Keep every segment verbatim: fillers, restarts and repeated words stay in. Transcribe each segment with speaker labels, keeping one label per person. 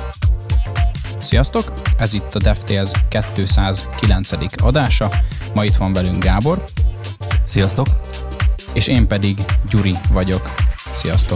Speaker 1: Sziasztok! Ez itt a DevTales kétszázkilencedik adása. Ma itt van velünk Gábor.
Speaker 2: Sziasztok!
Speaker 1: És én pedig Gyuri vagyok. Sziasztok!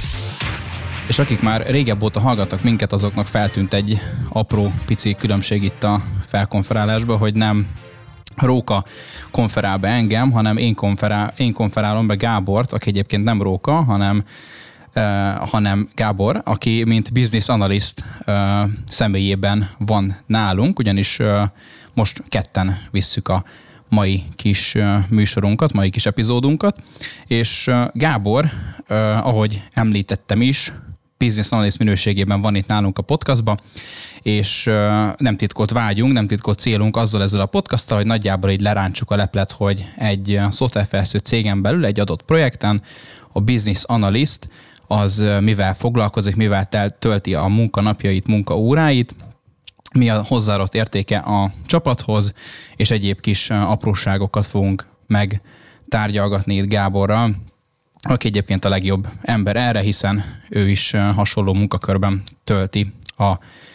Speaker 1: És akik már régebb óta hallgattak minket, azoknak feltűnt egy apró, pici különbség itt a felkonferálásban, hogy nem Róka konferál be engem, hanem én, konferál, én konferálom be Gábort, aki egyébként nem Róka, hanem Uh, hanem Gábor, aki mint business analyst uh, személyében van nálunk, ugyanis uh, most ketten visszük a mai kis uh, műsorunkat, mai kis epizódunkat, és uh, Gábor, uh, ahogy említettem is, business analyst minőségében van itt nálunk a podcastban, és uh, nem titkolt vágyunk, nem titkolt célunk azzal ezzel a podcasttal, hogy nagyjából így lerántsuk a leplet, hogy egy szoftverfejlesztő cégen belül, egy adott projekten a business analyst az mivel foglalkozik, mivel tölti a munkanapjait, munkaóráit, mi a hozzáadott értéke a csapathoz, és egyéb kis apróságokat fogunk megtárgyalgatni itt Gáborral, aki egyébként a legjobb ember erre, hiszen ő is hasonló munkakörben tölti a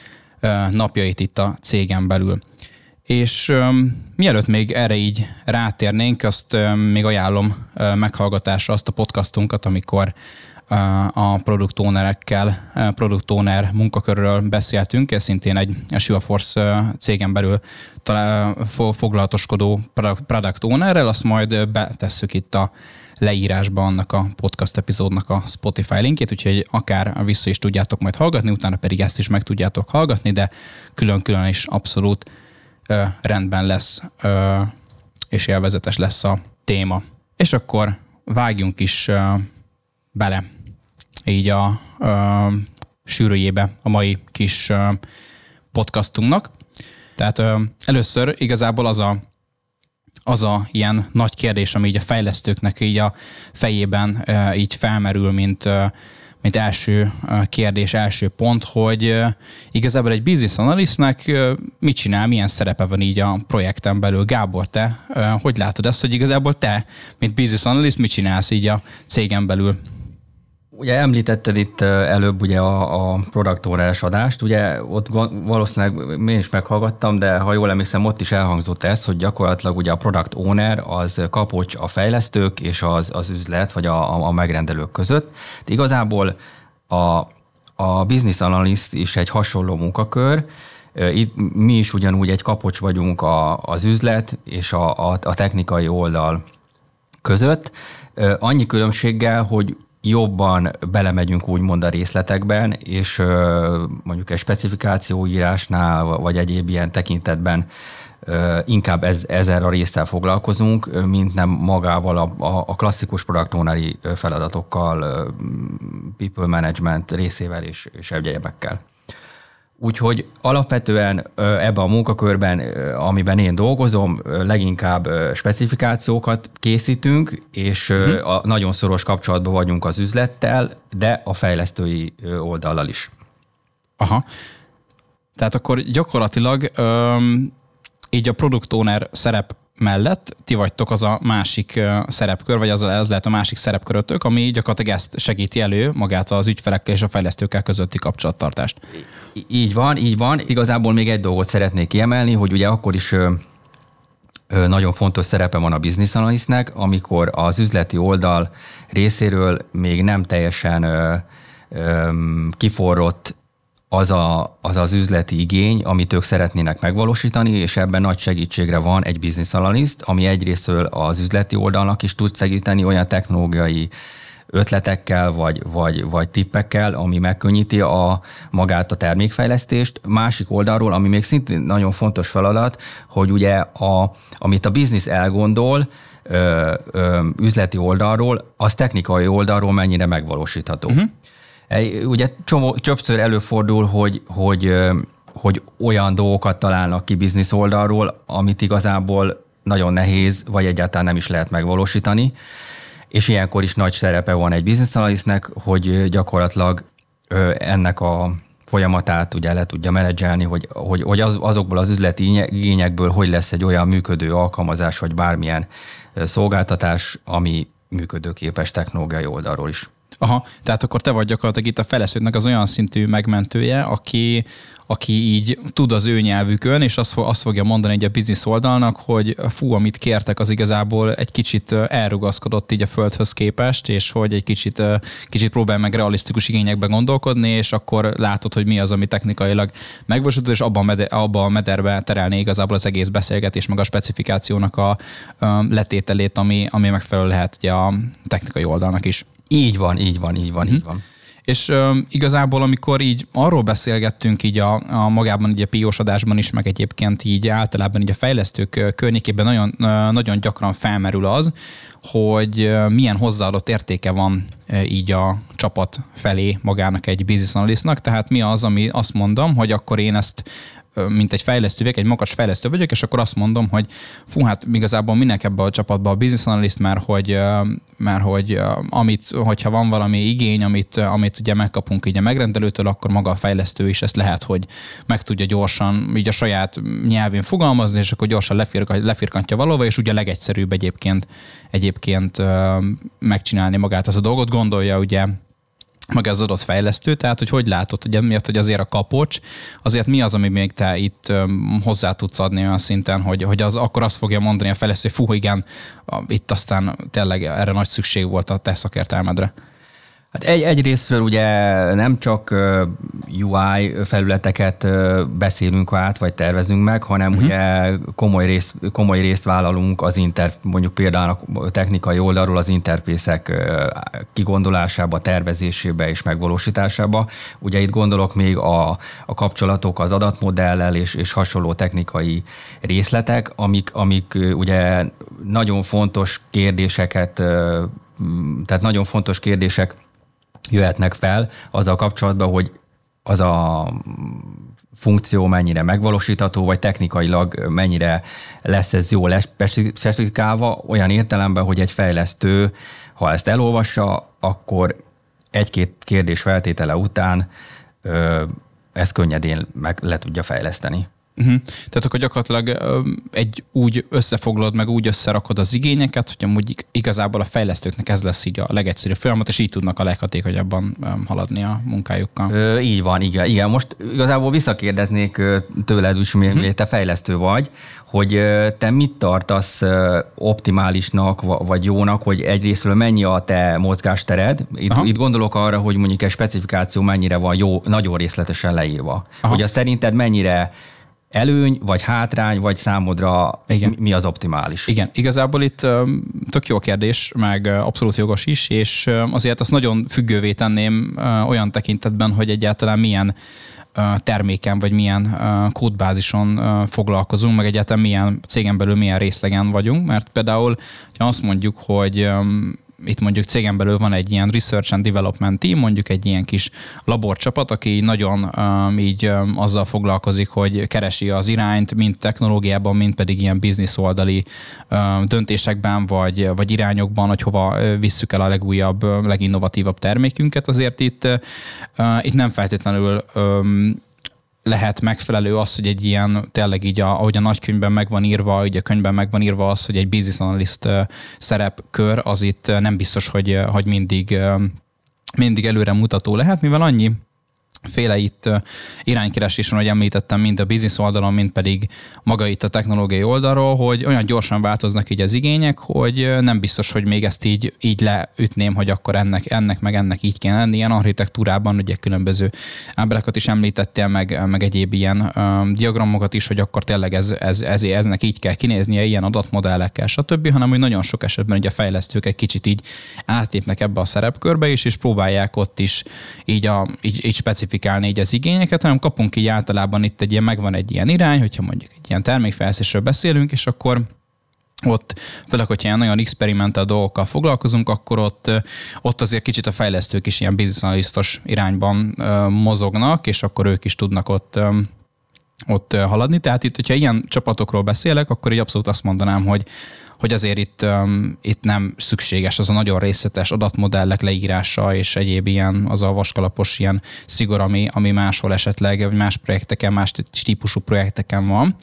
Speaker 1: napjait itt a cégen belül. És um, mielőtt még erre így rátérnénk, azt um, még ajánlom uh, meghallgatásra azt a podcastunkat, amikor a product ownerekkel, product owner munkakörről beszéltünk, ez szintén egy SureForce cégen belül talál, foglalatoskodó product ownerrel, azt majd betesszük itt a leírásba annak a podcast epizódnak a Spotify linkjét, úgyhogy akár vissza is tudjátok majd hallgatni, utána pedig ezt is meg tudjátok hallgatni, de külön-külön is abszolút ö, rendben lesz, ö, és élvezetes lesz a téma. És akkor vágjunk is ö, bele így a ö, sűrűjébe a mai kis ö, podcastunknak. Tehát ö, először igazából az a, az a ilyen nagy kérdés, ami így a fejlesztőknek így a fejében ö, így felmerül, mint, ö, mint első kérdés, első pont, hogy ö, igazából egy business analystnek ö, mit csinál, milyen szerepe van így a projekten belül. Gábor, te ö, hogy látod ezt, hogy igazából te, mint business analyst, mit csinálsz így a cégen belül?
Speaker 2: Ugye említetted itt előbb ugye a, a product owner-es adást, ugye ott valószínűleg én is meghallgattam, de ha jól emlékszem, ott is elhangzott ez, hogy gyakorlatilag ugye a product owner az kapocs a fejlesztők és az, az üzlet, vagy a, a megrendelők között. De igazából a, a business analyst is egy hasonló munkakör. Itt mi is ugyanúgy egy kapocs vagyunk a, az üzlet és a, a, a technikai oldal között. Annyi különbséggel, hogy jobban belemegyünk úgymond a részletekben, és mondjuk egy specifikációírásnál, vagy egyéb ilyen tekintetben inkább ez, ezzel a résztel foglalkozunk, mint nem magával a, a klasszikus product owneri feladatokkal, people management részével és, és egyébekkel. Úgyhogy alapvetően ebben a munkakörben, amiben én dolgozom, leginkább specifikációkat készítünk, és uh-huh. a nagyon szoros kapcsolatban vagyunk az üzlettel, de a fejlesztői oldallal is.
Speaker 1: Aha. Tehát akkor gyakorlatilag um, így a product owner szerep mellett ti vagytok az a másik szerepkör, vagy az, az lehet a másik szerepkörötök, ami gyakorlatilag ezt segíti elő magát az ügyfelekkel és a fejlesztőkkel közötti kapcsolattartást.
Speaker 2: Így van, így van. Igazából még egy dolgot szeretnék kiemelni, hogy ugye akkor is ö, ö, nagyon fontos szerepe van a business analystnek, amikor az üzleti oldal részéről még nem teljesen ö, ö, kiforrott az, a, az az üzleti igény, amit ők szeretnének megvalósítani, és ebben nagy segítségre van egy business analyst, ami egyrésztől az üzleti oldalnak is tud segíteni olyan technológiai ötletekkel, vagy, vagy, vagy tippekkel, ami megkönnyíti a, magát a termékfejlesztést. Másik oldalról, ami még szintén nagyon fontos feladat, hogy ugye a, amit a business elgondol, ö, ö, üzleti oldalról, az technikai oldalról mennyire megvalósítható. Uh-huh. Ugye csomó, többször előfordul, hogy, hogy, hogy olyan dolgokat találnak ki biznisz oldalról, amit igazából nagyon nehéz, vagy egyáltalán nem is lehet megvalósítani. És ilyenkor is nagy szerepe van egy business analystnek, hogy gyakorlatilag ennek a folyamatát ugye le tudja menedzselni, hogy, hogy, hogy az, azokból az üzleti igényekből hogy lesz egy olyan működő alkalmazás, vagy bármilyen szolgáltatás, ami működőképes technológiai oldalról is.
Speaker 1: Aha, tehát akkor te vagy gyakorlatilag itt a fejlesztőknek az olyan szintű megmentője, aki, aki így tud az ő nyelvükön, és azt, azt fogja mondani egy a biznisz oldalnak, hogy fú, amit kértek, az igazából egy kicsit elrugaszkodott így a földhöz képest, és hogy egy kicsit, kicsit próbál meg realisztikus igényekbe gondolkodni, és akkor látod, hogy mi az, ami technikailag megvalósítható, és abban a, meder, abba a mederbe terelni igazából az egész beszélgetés, meg a specifikációnak a, a letételét, ami, ami megfelelő lehet ugye a technikai oldalnak is.
Speaker 2: Így van, így van, így van, mm-hmm. így van.
Speaker 1: És uh, igazából, amikor így arról beszélgettünk így a, a magában így a pé ó-s adásban is, meg egyébként így általában így a fejlesztők környékében nagyon, uh, nagyon gyakran felmerül az, hogy uh, milyen hozzáadott értéke van uh, így a csapat felé magának egy business analystnak, tehát mi az, ami azt mondom, hogy akkor én ezt mint egy fejlesztő vagyok, egy magas fejlesztő vagyok, és akkor azt mondom, hogy fú, hát igazából minek ebbe a csapatba a business analyst, mert hogy, mert hogy amit, hogyha van valami igény, amit, amit ugye megkapunk így a megrendelőtől, akkor maga a fejlesztő is ezt lehet, hogy meg tudja gyorsan így a saját nyelvén fogalmazni, és akkor gyorsan lefirkantja, lefirkantja valahova, és ugye a legegyszerűbb egyébként, egyébként megcsinálni magát az a dolgot, gondolja ugye meg az adott fejlesztő, tehát hogy hogy látod, ugye miatt, hogy azért a kapocs, azért mi az, ami még te itt um, hozzá tudsz adni olyan szinten, hogy, hogy az, akkor azt fogja mondani a fejlesztő, hogy fú, igen, itt aztán tényleg erre nagy szükség volt a te szakértelmedre.
Speaker 2: Hát egy, egyrésztről ugye nem csak u i felületeket beszélünk át, vagy tervezünk meg, hanem uh-huh. ugye komoly részt, komoly részt vállalunk az inter, mondjuk például a technikai oldalról az interfészek kigondolásába, tervezésébe és megvalósításába. Ugye itt gondolok még a, a kapcsolatok az adatmodellel és, és hasonló technikai részletek, amik, amik ugye nagyon fontos kérdéseket, tehát nagyon fontos kérdések jöhetnek fel azzal kapcsolatban, hogy az a funkció mennyire megvalósítható, vagy technikailag mennyire lesz ez jól specifikálva, olyan értelemben, hogy egy fejlesztő, ha ezt elolvassa, akkor egy-két kérdés feltétele után ö, ezt könnyedén meg le tudja fejleszteni.
Speaker 1: Uh-huh. Tehát akkor gyakorlatilag egy úgy összefoglalod, meg úgy összerakod az igényeket, hogy amúgy igazából a fejlesztőknek ez lesz így a legegyszerűbb folyamat, és így tudnak a leghatékonyabban haladni a munkájukkal.
Speaker 2: Ö, így van, igen. igen. Most igazából visszakérdeznék tőled, úgy, uh-huh. hogy te fejlesztő vagy, hogy te mit tartasz optimálisnak, vagy jónak, hogy egyrésztről mennyi a te mozgástered. Itt, itt gondolok arra, hogy mondjuk egy specifikáció mennyire van jó, nagyon részletesen leírva. Aha. Hogy az szerinted mennyire előny, vagy hátrány, vagy számodra igen. mi az optimális?
Speaker 1: Igen, igazából itt tök jó kérdés, meg abszolút jogos is, és azért azt nagyon függővé tenném olyan tekintetben, hogy egyáltalán milyen terméken, vagy milyen kódbázison foglalkozunk, meg egyáltalán milyen cégen belül milyen részlegen vagyunk, mert például, ha azt mondjuk, hogy itt mondjuk cégen belül van egy ilyen research and development team, mondjuk egy ilyen kis laborcsapat, aki nagyon um, így um, azzal foglalkozik, hogy keresi az irányt, mind technológiában, mind pedig ilyen business oldali um, döntésekben, vagy, vagy irányokban, hogy hova uh, visszük el a legújabb, uh, leginnovatívabb termékünket. Azért itt, uh, itt nem feltétlenül um, lehet megfelelő az, hogy egy ilyen, tényleg így, a, ahogy a nagykönyvben meg van írva, így a könyvben meg van írva az, hogy egy business analyst szerepkör, az itt nem biztos, hogy, hogy mindig, mindig előre mutató lehet, mivel annyi féle itt iránykeresés van, hogy említettem, mind a business oldalon, mind pedig maga itt a technológiai oldalról, hogy olyan gyorsan változnak így az igények, hogy nem biztos, hogy még ezt így, így leütném, hogy akkor ennek, ennek meg ennek így kell lenni. Ilyen architektúrában ugye különböző ábrákat is említettél, meg, meg egyéb ilyen um, diagramokat is, hogy akkor tényleg ez, ez, ez, eznek így kell kinéznie, ilyen adatmodellekkel, stb., hanem hogy nagyon sok esetben ugye a fejlesztők egy kicsit így átlépnek ebbe a szerepkörbe is, és próbálják ott is így, a, így, így specifikálni így az igényeket, hanem kapunk így általában itt egy ilyen, megvan egy ilyen irány, hogyha mondjuk egy ilyen termékfejlesztésről beszélünk, és akkor ott, főleg, hogyha ilyen nagyon experimental dolgokkal foglalkozunk, akkor ott, ott azért kicsit a fejlesztők is ilyen business analysztos irányban uh, mozognak, és akkor ők is tudnak ott, um, ott uh, haladni. Tehát itt, hogyha ilyen csapatokról beszélek, akkor így abszolút azt mondanám, hogy hogy azért itt, um, itt nem szükséges az a nagyon részletes adatmodellek leírása és egyéb ilyen, az a vaskalapos ilyen szigor, ami, ami máshol esetleg, vagy más projekteken, más típusú projekteken van.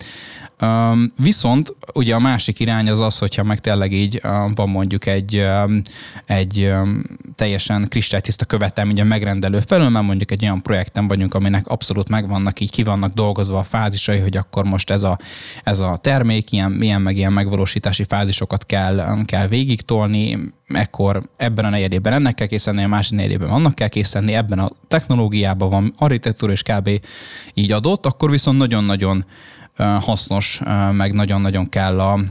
Speaker 1: Um, viszont ugye a másik irány az az, hogyha meg tényleg így um, van mondjuk egy, um, egy um, teljesen kristálytiszta követelmény a megrendelő felől, mert mondjuk egy olyan projekten vagyunk, aminek abszolút megvannak, így ki vannak dolgozva a fázisai, hogy akkor most ez a, ez a termék, ilyen, ilyen meg ilyen megvalósítási fázisokat kell, um, kell végigtolni, ekkor ebben a negyedében ennek kell készíteni, a másik negyedében annak kell készíteni, ebben a technológiában van architektúra és kb. Így adott, akkor viszont nagyon-nagyon hasznos, meg nagyon-nagyon kell a,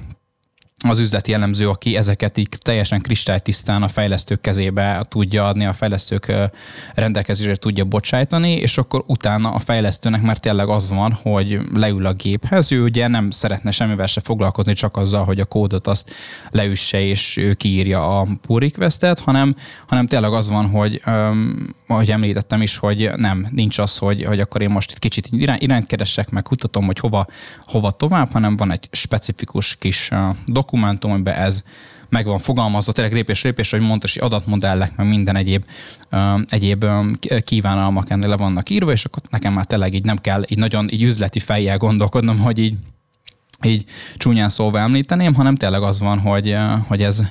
Speaker 1: az üzleti elemző, aki ezeket így teljesen kristálytisztán a fejlesztők kezébe tudja adni, a fejlesztők rendelkezésre tudja bocsájtani, és akkor utána a fejlesztőnek már tényleg az van, hogy leül a géphez, ő ugye nem szeretne semmivel se foglalkozni, csak azzal, hogy a kódot azt leüsse, és ő kiírja a pull requestet, hanem, hanem tényleg az van, hogy ahogy említettem is, hogy nem, nincs az, hogy, hogy akkor én most itt kicsit irány, irányt keresek, meg kutatom, hogy hova, hova tovább, hanem van egy specifikus kis dokumentum, amiben ez meg van fogalmazva, tényleg lépés-lépés, hogy mondta, hogy adatmodellek, meg minden egyéb, uh, egyéb um, kívánalmak ennél le vannak írva, és akkor nekem már tényleg így nem kell így nagyon így üzleti fejjel gondolkodnom, hogy így, így csúnyán szóval említeném, hanem tényleg az van, hogy, uh, hogy ez,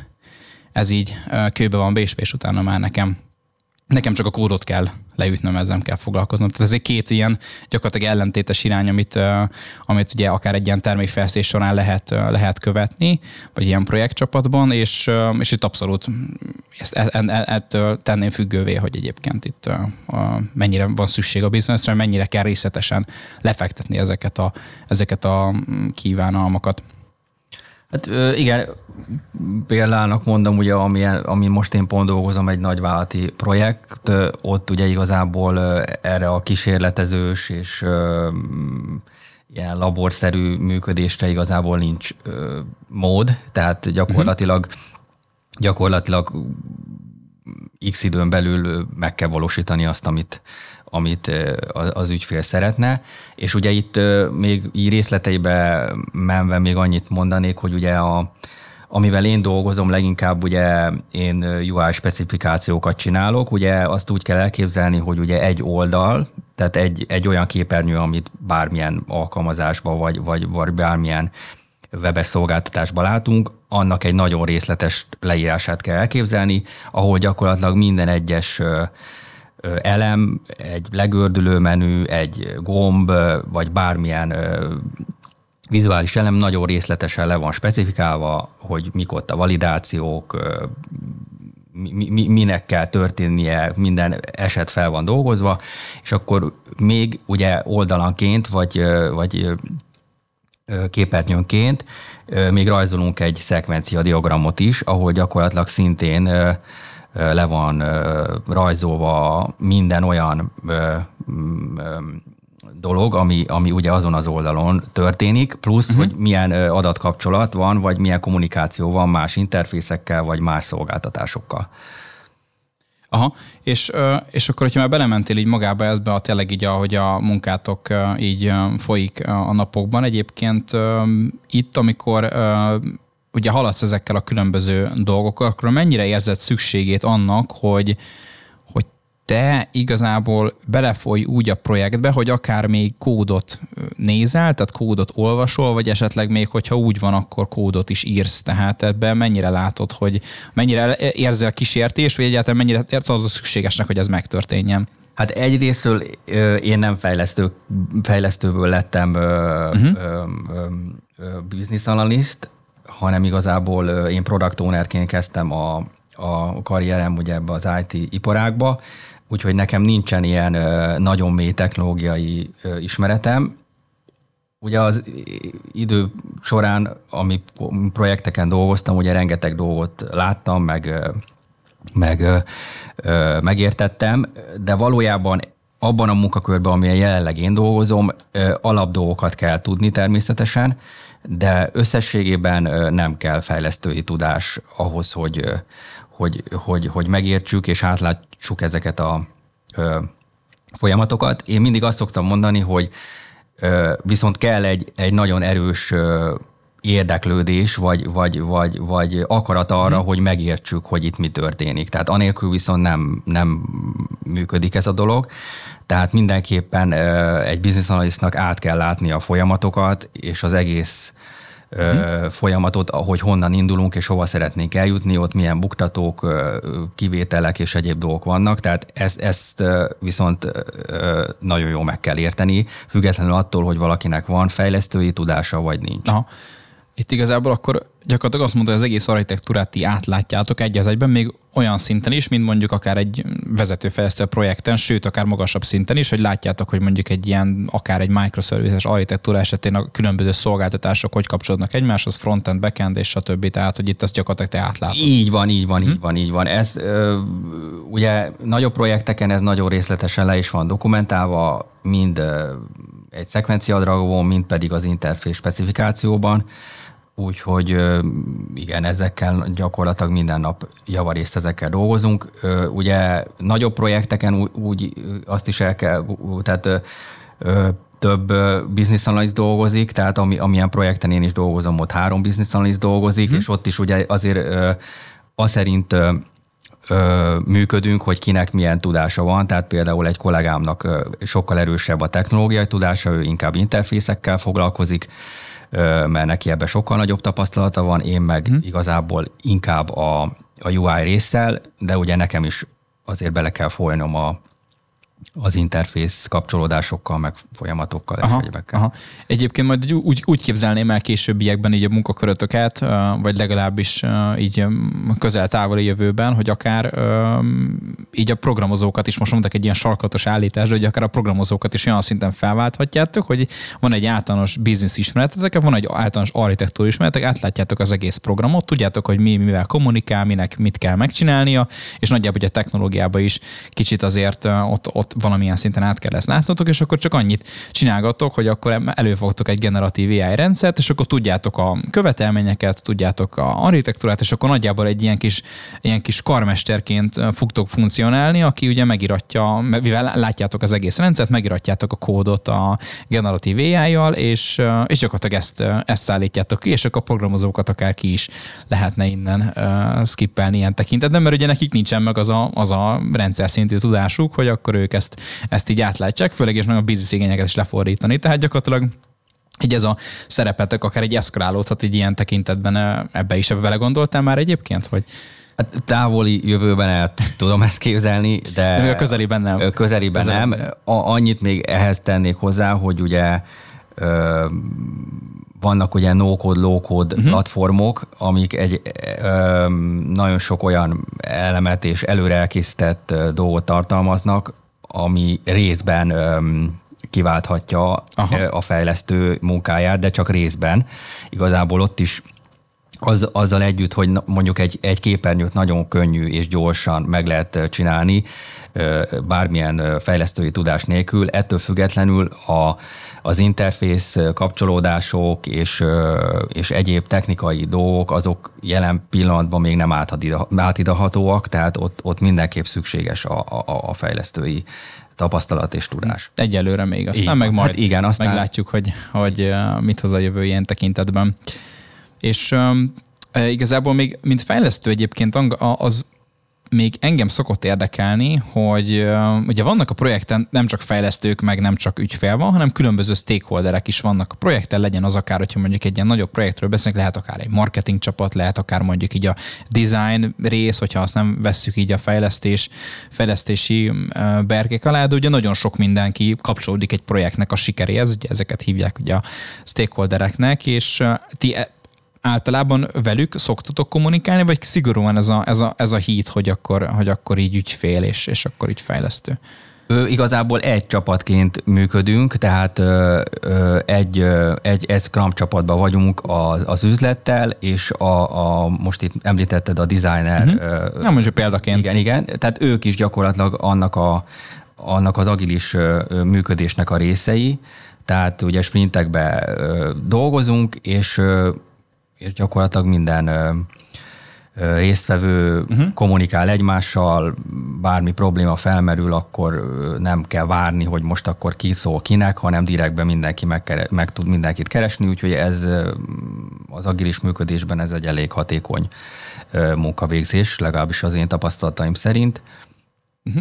Speaker 1: ez így uh, kőbe van bésve, és utána már nekem Nekem csak a kódot kell leütnöm, ezzel nem kell foglalkoznom. Tehát ez egy két ilyen gyakorlatilag ellentétes irány, amit, amit ugye akár egy ilyen termékfejlesztés során lehet, lehet követni, vagy ilyen projektcsapatban, és, és itt abszolút ezt, ettől tenném függővé, hogy egyébként itt mennyire van szükség a bizonyosra, mennyire kell részletesen lefektetni ezeket a, ezeket a kívánalmakat.
Speaker 2: Hát igen, példának mondom, ugye, ami, ami most én pont dolgozom, egy nagyvállalati projekt, ott ugye igazából erre a kísérletezős és ilyen laborszerű működésre igazából nincs mód, tehát gyakorlatilag, gyakorlatilag x időn belül meg kell valósítani azt, amit amit az ügyfél szeretne, és ugye itt még így részleteibe menve még annyit mondanék, hogy ugye a, amivel én dolgozom, leginkább ugye én u i specifikációkat csinálok, ugye azt úgy kell elképzelni, hogy ugye egy oldal, tehát egy, egy olyan képernyő, amit bármilyen alkalmazásban vagy, vagy, vagy bármilyen webes szolgáltatásban látunk, annak egy nagyon részletes leírását kell elképzelni, ahol gyakorlatilag minden egyes elem, egy legördülő menü, egy gomb, vagy bármilyen vizuális elem nagyon részletesen le van specifikálva, hogy mik ott a validációk, mi, mi, minek kell történnie, minden eset fel van dolgozva, és akkor még ugye oldalanként, vagy, vagy képernyőnként még rajzolunk egy szekvencia diagramot is, ahol gyakorlatilag szintén le van rajzolva minden olyan dolog, ami, ami ugye azon az oldalon történik, plusz, uh-huh. hogy milyen adatkapcsolat van, vagy milyen kommunikáció van más interfészekkel, vagy más szolgáltatásokkal.
Speaker 1: Aha, és, és akkor, hogyha már belementél így magába ebbe a tényleg így, ahogy a munkátok így folyik a napokban, egyébként itt, amikor ugye haladsz ezekkel a különböző dolgokkal, akkor mennyire érzed szükségét annak, hogy, hogy te igazából belefolyj úgy a projektbe, hogy akár még kódot nézel, tehát kódot olvasol, vagy esetleg még, hogyha úgy van, akkor kódot is írsz. Tehát ebben mennyire látod, hogy mennyire érzel kísértés, vagy egyáltalán mennyire érzed szükségesnek, hogy ez megtörténjen?
Speaker 2: Hát egyrésztől én nem fejlesztő, fejlesztőből lettem uh-huh. business analyst, hanem igazából én product ownerként kezdtem a, a karrierem ugye ebbe az i té iparágba, úgyhogy nekem nincsen ilyen nagyon mély technológiai ismeretem. Ugye az idő során, ami projekteken dolgoztam, ugye rengeteg dolgot láttam, meg, meg megértettem, de valójában abban a munkakörben, amilyen jelenleg én dolgozom, alapdolgokat kell tudni természetesen, de összességében nem kell fejlesztői tudás ahhoz, hogy, hogy, hogy, hogy megértsük és átlátsuk ezeket a ö, folyamatokat. Én mindig azt szoktam mondani, hogy ö, viszont kell egy, egy nagyon erős ö, érdeklődés, vagy, vagy, vagy, vagy akarat arra, hmm. hogy megértsük, hogy itt mi történik. Tehát anélkül viszont nem, nem működik ez a dolog. Tehát mindenképpen egy business analystnak át kell látni a folyamatokat, és az egész hmm. folyamatot, hogy honnan indulunk, és hova szeretnénk eljutni, ott milyen buktatók, kivételek és egyéb dolgok vannak. Tehát ezt, ezt viszont nagyon jól meg kell érteni, függetlenül attól, hogy valakinek van fejlesztői tudása, vagy nincs.
Speaker 1: Aha. Itt igazából akkor gyakorlatilag azt mondta, hogy az egész architektúrát ti átlátjátok egy az egyben, még olyan szinten is, mint mondjuk akár egy vezetőfejlesztő projekten, sőt, akár magasabb szinten is, hogy látjátok, hogy mondjuk egy ilyen, akár egy microservices architektúra esetén a különböző szolgáltatások hogy kapcsolódnak egymáshoz, frontend, backend és stb. Tehát, hogy itt ezt gyakorlatilag te átlátod.
Speaker 2: Így van, így van, hm? így van, így van. Ez ö, ugye nagyobb projekteken ez nagyon részletesen le is van dokumentálva, mind ö, egy szekvenciadragon, mind pedig az interfész specifikációban. Úgyhogy igen, ezekkel gyakorlatilag minden nap javarészt ezekkel dolgozunk. Ugye nagyobb projekteken úgy azt is el kell, tehát több business analyst dolgozik, tehát ami, amilyen projekten én is dolgozom, ott három business analyst dolgozik, hmm. és ott is ugye azért az szerint működünk, hogy kinek milyen tudása van, tehát például egy kollégámnak sokkal erősebb a technológiai tudása, ő inkább interfészekkel foglalkozik, mert neki ebben sokkal nagyobb tapasztalata van, én meg hmm. igazából inkább a, a u i résszel, de ugye nekem is azért bele kell folynom a, az interfész kapcsolódásokkal, meg folyamatokkal
Speaker 1: aha,
Speaker 2: és egyébekkel.
Speaker 1: Aha. Egyébként majd úgy, úgy képzelném el későbbiekben így a munkakörötöket, vagy legalábbis így közel-távoli jövőben, hogy akár így a programozókat is, most mondtak egy ilyen sarkatos állítás, de hogy akár a programozókat is olyan szinten felválthatjátok, hogy van egy általános business ismeretetek, van egy általános architektúra ismeretek, átlátjátok az egész programot, tudjátok, hogy mi mivel kommunikál, minek mit kell megcsinálnia, és nagyjából a technológiában is kicsit azért ott, ott valamilyen szinten át kell ezt látnotok, és akkor csak annyit csinálgatok, hogy akkor előfogtok egy generatív á i rendszert, és akkor tudjátok a követelményeket, tudjátok a architektúrát, és akkor nagyjából egy ilyen kis, ilyen kis karmesterként fogtok funkcionálni, aki ugye megiratja, mivel látjátok az egész rendszert, megiratjátok a kódot a generatív á i-jal, és, és gyakorlatilag ezt, ezt szállítjátok ki, és akkor a programozókat akár ki is lehetne innen uh, skippelni ilyen tekintetben, mert ugye nekik nincsen meg az a, az a rendszer szintű tudásuk, hogy akkor ők ezt ezt így átlátják, főleg és meg a business igényeket is lefordítani. Tehát gyakorlatilag így ez a szerepetek akár egy eszkalálódhat egy ilyen tekintetben, ebbe is ebbe belegondoltál már egyébként? Hogy...
Speaker 2: Hát távoli jövőben el tudom ezt képzelni, de,
Speaker 1: de a közeliben nem.
Speaker 2: Közeliben, közeliben nem. A, annyit még ehhez tennék hozzá, hogy ugye ö, vannak ugye no-code, low-code uh-huh. platformok, amik egy ö, nagyon sok olyan elemet és előre elkészített dolgot tartalmaznak, ami részben ö, kiválthatja Aha. a fejlesztő munkáját, de csak részben. Igazából ott is az, azzal együtt, hogy mondjuk egy, egy képernyőt nagyon könnyű és gyorsan meg lehet csinálni, bármilyen fejlesztői tudás nélkül, ettől függetlenül a, az interfész kapcsolódások és, és egyéb technikai dolgok, azok jelen pillanatban még nem átidalhatóak, tehát ott, ott mindenképp szükséges a, a, a fejlesztői tapasztalat és tudás.
Speaker 1: Egyelőre még, aztán
Speaker 2: igen,
Speaker 1: meg majd
Speaker 2: hát igen, aztán...
Speaker 1: meglátjuk, hogy, hogy mit hoz a jövő ilyen tekintetben. És um, igazából még, mint fejlesztő egyébként az még engem szokott érdekelni, hogy uh, ugye vannak a projekten nem csak fejlesztők, meg nem csak ügyfél van, hanem különböző stakeholderek is vannak a projekten, legyen az akár, hogyha mondjuk egy ilyen nagyobb projektről beszélünk, lehet akár egy marketing csapat, lehet akár mondjuk így a design rész, hogyha azt nem vesszük így a fejlesztés, fejlesztési uh, berkék alá, de ugye nagyon sok mindenki kapcsolódik egy projektnek a sikeréhez, ugye ezeket hívják ugye a stakeholdereknek, és uh, ti általában velük szoktatok kommunikálni, vagy szigorúan ez a, ez a, ez a híd, hogy akkor, hogy akkor így ügyfél, és, és akkor így fejlesztő?
Speaker 2: Ö, igazából egy csapatként működünk, tehát ö, ö, egy, ö, egy, egy Scrum csapatban vagyunk az, az üzlettel, és a, a, most itt említetted a designer.
Speaker 1: Uh-huh. Nem mondjuk példaként.
Speaker 2: Igen, igen, tehát ők is gyakorlatilag annak, a, annak az agilis működésnek a részei, tehát ugye sprintekben dolgozunk, és és gyakorlatilag minden ö, résztvevő uh-huh. kommunikál egymással, bármi probléma felmerül, akkor nem kell várni, hogy most akkor ki szól kinek, hanem direktben mindenki meg, meg tud mindenkit keresni, úgyhogy ez az agilis működésben ez egy elég hatékony munkavégzés, legalábbis az én tapasztalataim szerint.
Speaker 1: Uh-huh.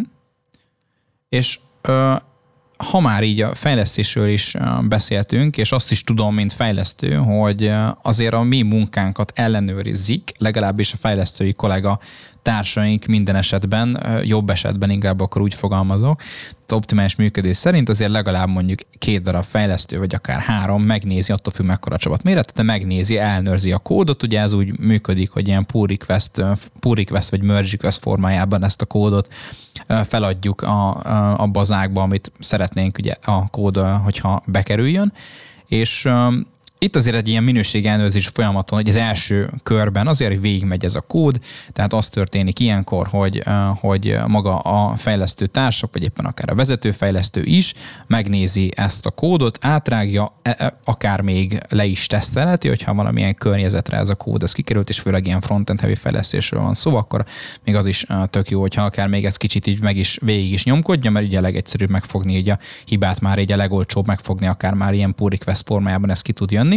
Speaker 1: És ö, ha már így a fejlesztésről is beszéltünk, és azt is tudom, mint fejlesztő, hogy azért a mi munkánkat ellenőrizik, legalábbis a fejlesztői kollega társaink minden esetben, jobb esetben inkább akkor úgy fogalmazok, optimális működés szerint azért legalább mondjuk két darab fejlesztő, vagy akár három megnézi, attól függ mekkora a csapat méret, de megnézi, ellenőrzi a kódot, ugye ez úgy működik, hogy ilyen pull request, pull request vagy merge request formájában ezt a kódot feladjuk a, a, abba az ágba, amit szeretnénk ugye a kód, hogyha bekerüljön, és itt azért egy ilyen minőségi ellenőrzés folyamaton, hogy az első körben azért végigmegy ez a kód, tehát az történik ilyenkor, hogy, hogy maga a fejlesztő társak, vagy éppen akár a vezetőfejlesztő is megnézi ezt a kódot, átrágja, akár még le is tesztelheti, hogyha valamilyen környezetre ez a kód ez kikerült, és főleg ilyen frontend heavy fejlesztésről van szó, akkor még az is tök jó, hogyha akár még ez kicsit így meg is végig is nyomkodja, mert ugye a legegyszerűbb megfogni így a hibát, már így a legolcsóbb megfogni, akár már ilyen pull request formájában ez ki tud jönni.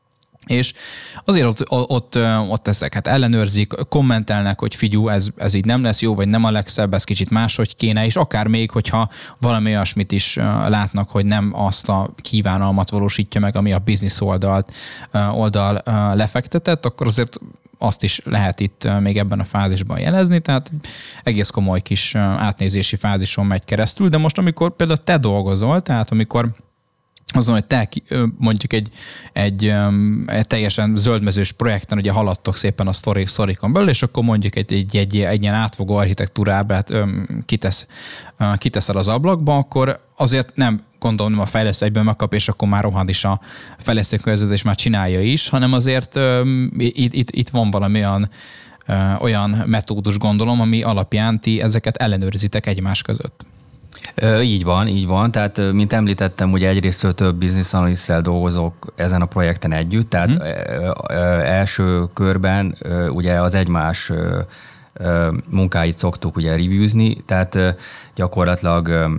Speaker 1: És azért ott, ott, ott ezeket ellenőrzik, kommentelnek, hogy figyú, ez, ez így nem lesz jó, vagy nem a legszebb, ez kicsit máshogy kéne, és akár még, hogyha valami olyasmit is látnak, hogy nem azt a kívánalmat valósítja meg, ami a business oldalt, oldal lefektetett, akkor azért azt is lehet itt még ebben a fázisban jelezni, tehát egész komoly kis átnézési fázison megy keresztül, de most amikor például te dolgozol, tehát amikor azon, hogy te mondjuk egy, egy, egy teljesen zöldmezős projekten ugye haladtok szépen a sztorik, sztorikon belül, és akkor mondjuk egy, egy, egy, egy ilyen átfogó architektúrábrát kitesz, kiteszel az ablakba, akkor azért nem gondolom, nem a fejlesztő egyből megkap, és akkor már rohad is a fejlesztő környezet, és már csinálja is, hanem azért itt, itt, itt van valami olyan, olyan metódus, gondolom, ami alapján ti ezeket ellenőrizitek egymás között.
Speaker 2: Így van, így van. Tehát, mint említettem, ugye egyrészt több business analyst-szel dolgozok ezen a projekten együtt, tehát hmm. első körben ugye az egymás munkáit szoktuk ugye reviewzni, tehát gyakorlatilag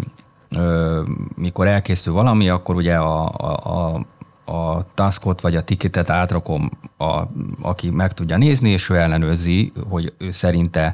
Speaker 2: mikor elkészül valami, akkor ugye a, a, a taskot vagy a ticketet átrakom, a, aki meg tudja nézni, és ő ellenőrzi, hogy ő szerinte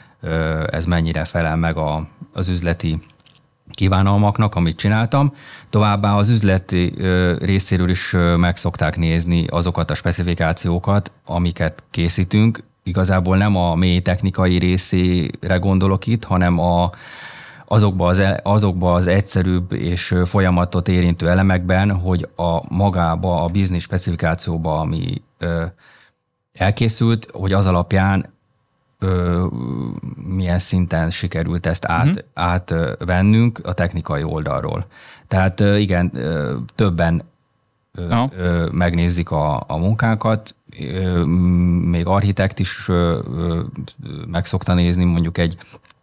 Speaker 2: ez mennyire felel meg a, az üzleti kívánalmaknak, amit csináltam. Továbbá az üzleti részéről is meg szokták nézni azokat a specifikációkat, amiket készítünk. Igazából nem a mély technikai részére gondolok itt, hanem a, azokba, az, azokba az egyszerűbb és folyamatot érintő elemekben, hogy a magába, a business specifikációba, ami ö, elkészült, hogy az alapján Ö, milyen szinten sikerült ezt át, uh-huh. átvennünk a technikai oldalról. Tehát igen, többen uh-huh. ö, megnézik a, a munkánkat, ö, még architekt is ö, ö, meg szokta nézni, mondjuk egy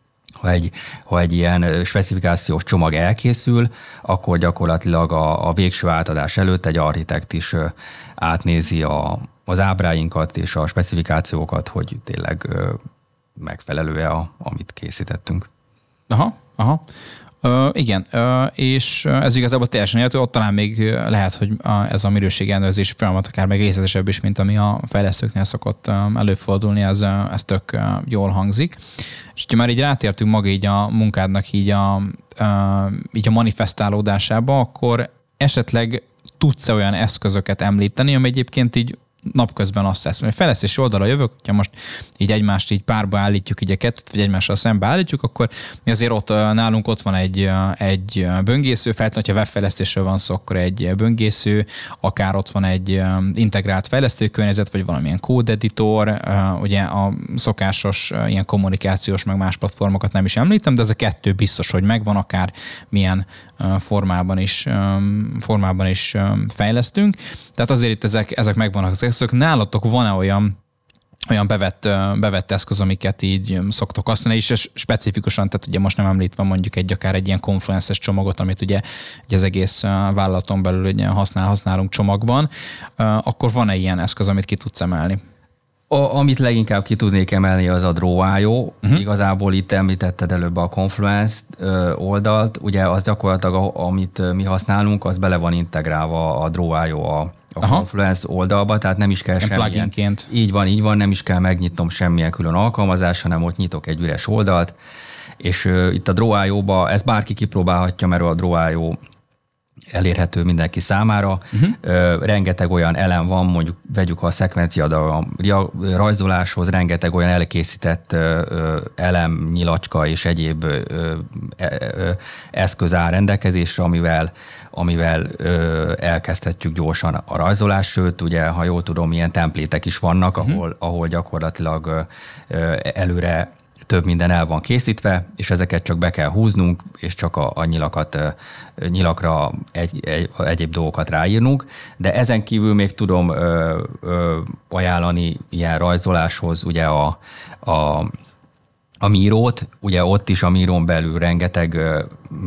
Speaker 2: ha egy, ha egy ilyen specifikációs csomag elkészül, akkor gyakorlatilag a, a végső átadás előtt egy architekt is ö, átnézi a az ábráinkat és a specifikációkat, hogy tényleg ö, megfelelő-e, a, amit készítettünk.
Speaker 1: Aha, aha. Ö, igen, ö, és ez igazából teljesen értő, ott talán még lehet, hogy a, ez a minőségellenőrzési folyamat akár még részletesebb is, mint ami a fejlesztőknél szokott előfordulni, ez, ez tök jól hangzik. És ha már így rátértünk maga így a munkádnak így a, így a manifestálódásába, akkor esetleg tudsz-e olyan eszközöket említeni, ami egyébként így napközben azt tesz, hogy fejlesztési oldalra jövök, hogyha most így egymást így párba állítjuk, így a kettőt, vagy egymással szembe állítjuk, akkor mi azért ott nálunk ott van egy, egy böngésző, feltétlenül, hogyha webfejlesztésről van szó, akkor egy böngésző, akár ott van egy integrált fejlesztőkörnyezet, vagy valamilyen kódeditor, ugye a szokásos ilyen kommunikációs, meg más platformokat nem is említem, de ez a kettő biztos, hogy megvan, akár milyen formában is, formában is fejlesztünk. Tehát azért itt ezek, ezek megvannak az eszközök. Nálatok van-e olyan, olyan bevett, bevett eszköz, amiket így szoktok használni, és specifikusan, tehát ugye most nem említve mondjuk egy akár egy ilyen Confluence-es csomagot, amit ugye, ugye az egész vállalaton belül ugye használ, használunk csomagban, akkor van-e ilyen eszköz, amit ki tudsz emelni?
Speaker 2: A, amit leginkább ki tudnék emelni, az a Draw.io. Uh-huh. Igazából itt említetted előbb a Confluence oldalt. Ugye az gyakorlatilag, amit mi használunk, az bele van integrálva a Draw.io a, a Confluence oldalba, tehát nem is kell semmilyen...
Speaker 1: pluginként.
Speaker 2: Így van, így van, nem is kell megnyitnom semmilyen külön alkalmazás, hanem ott nyitok egy üres oldalt, és uh, itt a Draw.io-ba, ezt bárki kipróbálhatja, mert a Draw.io elérhető mindenki számára. Uh-huh. Uh, rengeteg olyan elem van, mondjuk vegyük a szekvenciadiagram rajzoláshoz, rengeteg olyan elkészített uh, elem, nyilacska és egyéb uh, uh, eszköz áll rendelkezésre, amivel, amivel uh, elkezdhetjük gyorsan a rajzolást, sőt, ugye, ha jól tudom, ilyen templétek is vannak, uh-huh. ahol, ahol gyakorlatilag uh, előre több minden el van készítve, és ezeket csak be kell húznunk, és csak a, a nyilakat, nyilakra egy, egy, egyéb dolgokat ráírnunk. De ezen kívül még tudom ö, ö, ajánlani ilyen rajzoláshoz ugye a, a, a Mírót, ugye ott is a Mírón belül rengeteg ö,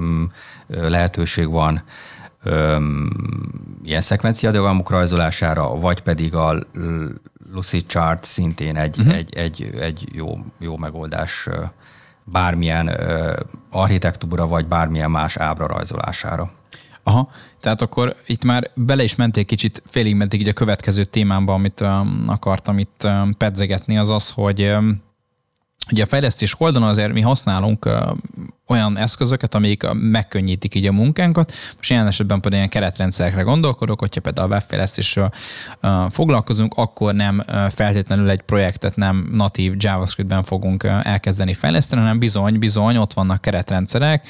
Speaker 2: ö, lehetőség van ö, ilyen szekvenciadiagramok rajzolására, vagy pedig a Lucidchart szintén egy, uh-huh. egy, egy, egy jó, jó megoldás bármilyen uh, architektúra, vagy bármilyen más ábra rajzolására.
Speaker 1: Aha, tehát akkor itt már bele is menték kicsit, félig menték így a következő témámba, amit um, akartam itt um, pedzegetni, az az, hogy um, ugye a fejlesztés oldalon azért mi használunk uh, olyan eszközöket, amik megkönnyítik így a munkánkat. Most ilyen esetben például ilyen keretrendszerekre gondolkodok, hogyha például a webfejlesztésről uh, foglalkozunk, akkor nem uh, feltétlenül egy projektet nem natív JavaScriptben fogunk uh, elkezdeni fejleszteni, hanem bizony, bizony ott vannak keretrendszerek,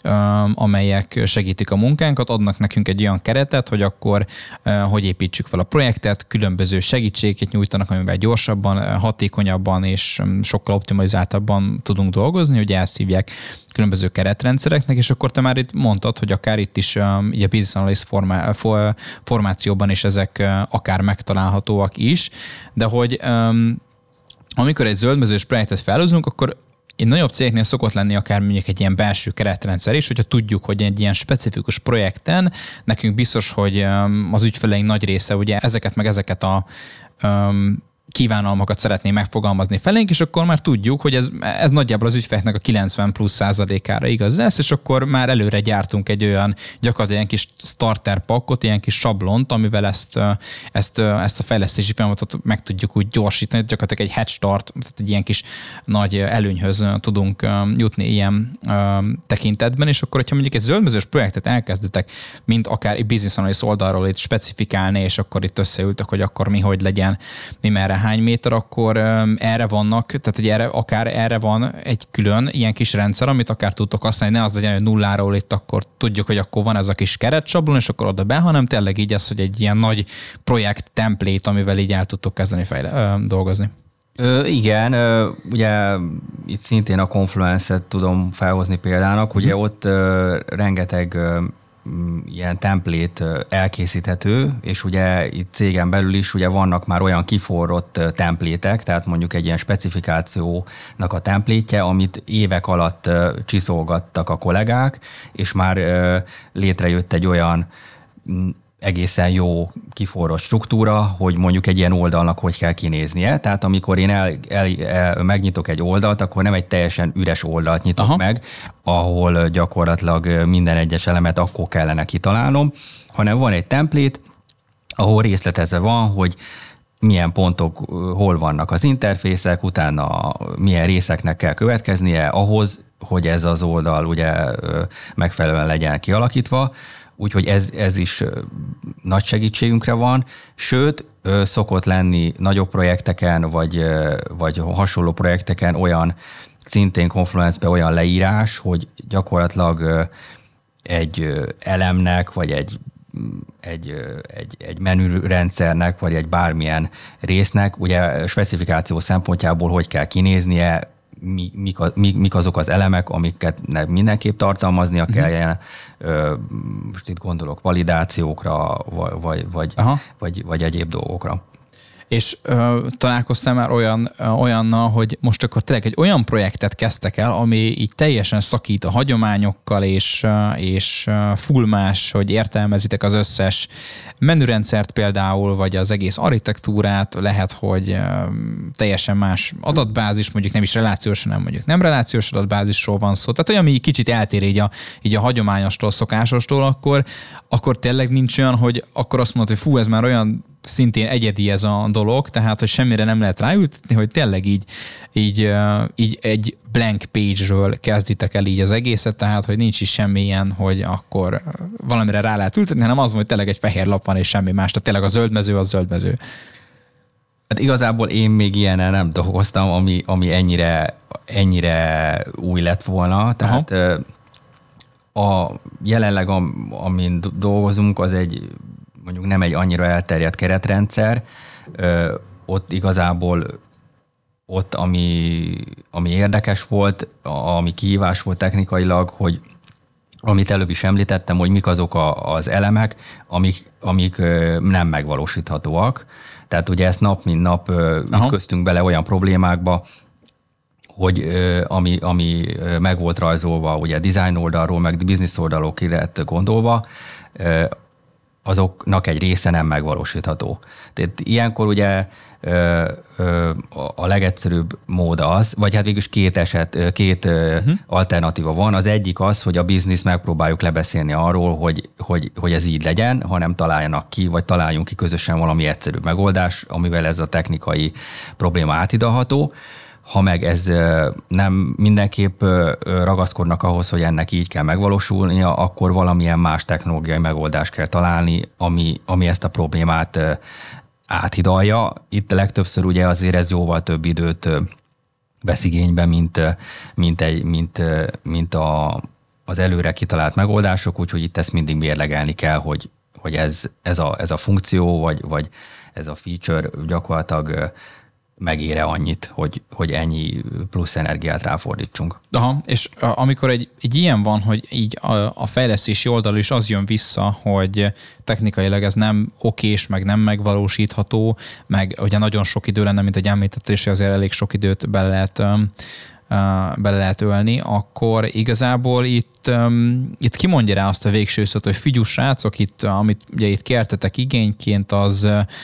Speaker 1: amelyek segítik a munkánkat, adnak nekünk egy olyan keretet, hogy akkor hogy építsük fel a projektet, különböző segítséget nyújtanak, amivel gyorsabban, hatékonyabban és sokkal optimalizáltabban tudunk dolgozni, ugye ezt hívják különböző keretrendszereknek, és akkor te már itt mondtad, hogy akár itt is így a Business Analyst formá, formációban is ezek akár megtalálhatóak is, de hogy amikor egy zöldmezős projektet felhozunk, akkor egy nagyobb cégnél szokott lenni akár mondjuk egy ilyen belső keretrendszer is, hogyha tudjuk, hogy egy ilyen specifikus projekten nekünk biztos, hogy az ügyfeleink nagy része ugye ezeket meg ezeket a um, kívánalmakat szeretné megfogalmazni felénk, és akkor már tudjuk, hogy ez, ez nagyjából az ügyfeleknek a kilencven plusz százalékára igaz lesz, és akkor már előre gyártunk egy olyan gyakorlatilag ilyen kis starter pakkot, ilyen kis sablont, amivel ezt, ezt, ezt a fejlesztési folyamatot meg tudjuk úgy gyorsítani, gyakorlatilag egy head start, tehát egy ilyen kis nagy előnyhöz tudunk jutni ilyen tekintetben, és akkor, hogyha mondjuk egy zöldmezős projektet elkezdetek, mint akár egy business analyst oldalról itt specifikálni, és akkor itt összeültök, hogy akkor mi hogy legyen, mi merre hány méter, akkor um, erre vannak, tehát hogy erre, akár erre van egy külön ilyen kis rendszer, amit akár tudtok használni, ne az legyen, hogy nulláról itt akkor tudjuk, hogy akkor van ez a kis keretsablon, és akkor oda be, hanem tényleg így ez, hogy egy ilyen nagy projekt template, amivel így el tudtok kezdeni fejle, ö, dolgozni.
Speaker 2: Ö, igen, ö, ugye itt szintén a Confluence-et tudom felhozni példának, ugye mm. ott ö, rengeteg ö, ilyen template elkészíthető, és ugye itt cégen belül is ugye vannak már olyan kiforrott templétek, tehát mondjuk egy ilyen specifikációnak a templétje, amit évek alatt csiszolgattak a kollégák, és már létrejött egy olyan egészen jó kiforrott struktúra, hogy mondjuk egy ilyen oldalnak hogy kell kinéznie. Tehát amikor én el, el, el, megnyitok egy oldalt, akkor nem egy teljesen üres oldalt nyitok Aha. meg, ahol gyakorlatilag minden egyes elemet akkor kellene kitalálnom, hanem van egy template, ahol részletezve van, hogy milyen pontok, hol vannak az interfészek, utána milyen részeknek kell következnie ahhoz, hogy ez az oldal ugye megfelelően legyen kialakítva. Úgyhogy ez, ez is nagy segítségünkre van, sőt, szokott lenni nagyobb projekteken, vagy, vagy hasonló projekteken olyan, szintén Confluence-be olyan leírás, hogy gyakorlatilag egy elemnek, vagy egy, egy, egy, egy menürendszernek, vagy egy bármilyen résznek, ugye specifikáció szempontjából hogy kell kinéznie, Mi, mik, mik, mik azok az elemek, amiket mindenképp tartalmaznia uh-huh. kelljen. Most itt gondolok validációkra, vagy, vagy, vagy, vagy, vagy egyéb dolgokra.
Speaker 1: És ö, találkoztam már olyan, ö, olyannal, hogy most akkor tényleg egy olyan projektet kezdtek el, ami így teljesen szakít a hagyományokkal, és, ö, és ö, full más, hogy értelmezitek az összes menürendszert például, vagy az egész architektúrát, lehet, hogy ö, teljesen más adatbázis, mondjuk nem is relációs, hanem mondjuk nem relációs adatbázisról van szó. Tehát olyan, ami kicsit eltér így a, így a hagyományostól, szokásostól, akkor, akkor tényleg nincs olyan, hogy akkor azt mondod, hogy fú, ez már olyan szintén egyedi ez a dolog, tehát, hogy semmire nem lehet ráültetni, hogy tényleg így, így, így egy blank page-ről kezditek el így az egészet, tehát, hogy nincs is semmi ilyen, hogy akkor valamire rá lehet ültetni, hanem az van, hogy tényleg egy fehér lap van, és semmi más. Tehát tényleg a zöldmező az zöldmező.
Speaker 2: Hát igazából én még ilyenen nem dolgoztam, ami, ami ennyire, ennyire új lett volna. Tehát Aha. a jelenleg, amin dolgozunk, az egy mondjuk nem egy annyira elterjedt keretrendszer. Ott igazából ott, ami, ami érdekes volt, ami kihívás volt technikailag, hogy amit előbb is említettem, hogy mik azok a, az elemek, amik, amik nem megvalósíthatóak. Tehát ugye ezt nap mint nap Aha. ütköztünk bele olyan problémákba, hogy ami, ami meg volt rajzolva, ugye design oldalról, meg business oldalról ki lett gondolva, azoknak egy része nem megvalósítható. Tehát ilyenkor ugye a legegyszerűbb mód az, vagy hát végülis két eset, két uh-huh. alternatíva van. Az egyik az, hogy a biznisz megpróbáljuk lebeszélni arról, hogy, hogy, hogy ez így legyen, hanem találjanak ki, vagy találjunk ki közösen valami egyszerűbb megoldás, amivel ez a technikai probléma átidalható. Ha meg ez nem mindenképp ragaszkodnak ahhoz, hogy ennek így kell megvalósulnia, akkor valamilyen más technológiai megoldást kell találni, ami, ami ezt a problémát áthidalja. Itt legtöbbször ugye azért ez jóval több időt vesz igénybe, mint, mint, egy, mint, mint a, az előre kitalált megoldások, úgyhogy itt ezt mindig mérlegelni kell, hogy, hogy ez, ez, a, ez a funkció, vagy, vagy ez a feature gyakorlatilag megére annyit, hogy, hogy ennyi plusz energiát ráfordítsunk.
Speaker 1: Aha, és amikor egy, egy ilyen van, hogy így a, a fejlesztési oldal is az jön vissza, hogy technikailag ez nem okés, meg nem megvalósítható, meg ugye nagyon sok idő lenne, mint egy említettél, és azért elég sok időt bele lehet, uh, bele lehet ölni, akkor igazából itt, um, itt kimondja rá azt a végső szót, hogy figyelj, srácok, itt, amit ugye itt kértetek igényként, az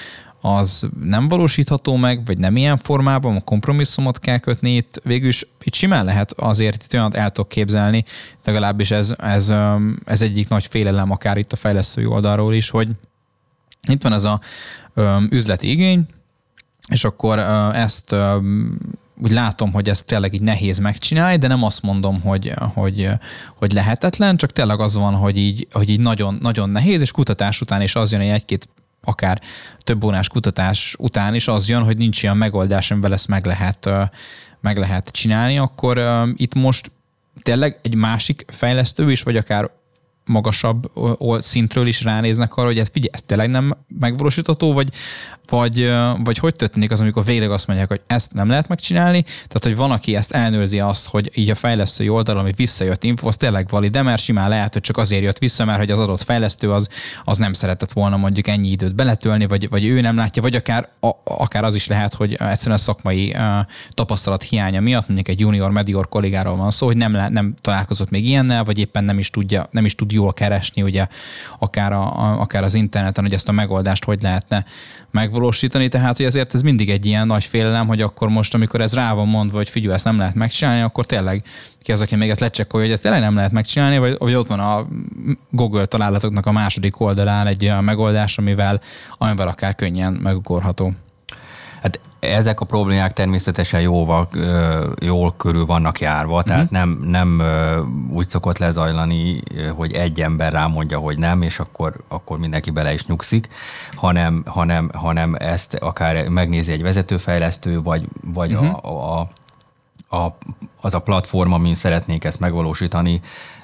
Speaker 1: az nem valósítható meg, vagy nem ilyen formában, a kompromisszumot kell kötni, itt végülis itt simán lehet azért itt olyat el tudok képzelni, legalábbis ez, ez, ez egyik nagy félelem akár itt a fejlesztői oldalról is, hogy itt van ez a üzleti igény, és akkor ezt úgy látom, hogy ezt tényleg így nehéz megcsinálni, de nem azt mondom, hogy, hogy, hogy lehetetlen, csak tényleg az van, hogy így, hogy így nagyon, nagyon nehéz, és kutatás után is az jön, hogy egy-két akár több órás kutatás után is az jön, hogy nincs ilyen megoldás, amivel ezt meg lehet, meg lehet csinálni, akkor uh, itt most tényleg egy másik fejlesztő is, vagy akár magasabb szintről is ránéznek arra, hogy ez figyelj, ez tényleg nem megvalósítható, vagy, vagy, vagy hogy történik az, amikor végleg azt mondják, hogy ezt nem lehet megcsinálni, tehát hogy van, aki ezt elnőrzi azt, hogy így a fejlesztői oldalon, ami visszajött info, az tényleg valid, de mert simán lehet, hogy csak azért jött vissza, mert hogy az adott fejlesztő az, az nem szeretett volna mondjuk ennyi időt beletölni, vagy, vagy ő nem látja, vagy akár, a, akár az is lehet, hogy egyszerűen a szakmai uh, tapasztalat hiánya miatt, mondjuk egy junior, medior kollégáról van szó, hogy nem, nem találkozott még ilyennel, vagy éppen nem is tudja, nem is tud jól keresni, ugye akár, a, a, akár az interneten, hogy ezt a megoldást hogy lehetne megvalósítani, tehát hogy azért ez mindig egy ilyen nagy félelem, hogy akkor most, amikor ez rá van mondva, hogy figyelj, ezt nem lehet megcsinálni, akkor tényleg ki az, aki még ezt lecsekkolja, hogy ezt tényleg nem lehet megcsinálni, vagy, vagy ott van a Google találatoknak a második oldalán egy olyan megoldás, amivel, amivel akár könnyen megugorható.
Speaker 2: Hát ezek a problémák természetesen jóval, jól körül vannak járva, tehát mm-hmm. nem, nem úgy szokott lezajlani, hogy egy ember rámondja, hogy nem, és akkor, akkor mindenki bele is nyugszik, hanem, hanem, hanem ezt akár megnézi egy vezetőfejlesztő, vagy, vagy mm-hmm. a, a, a, az a platform, amin szeretnék ezt megvalósítani,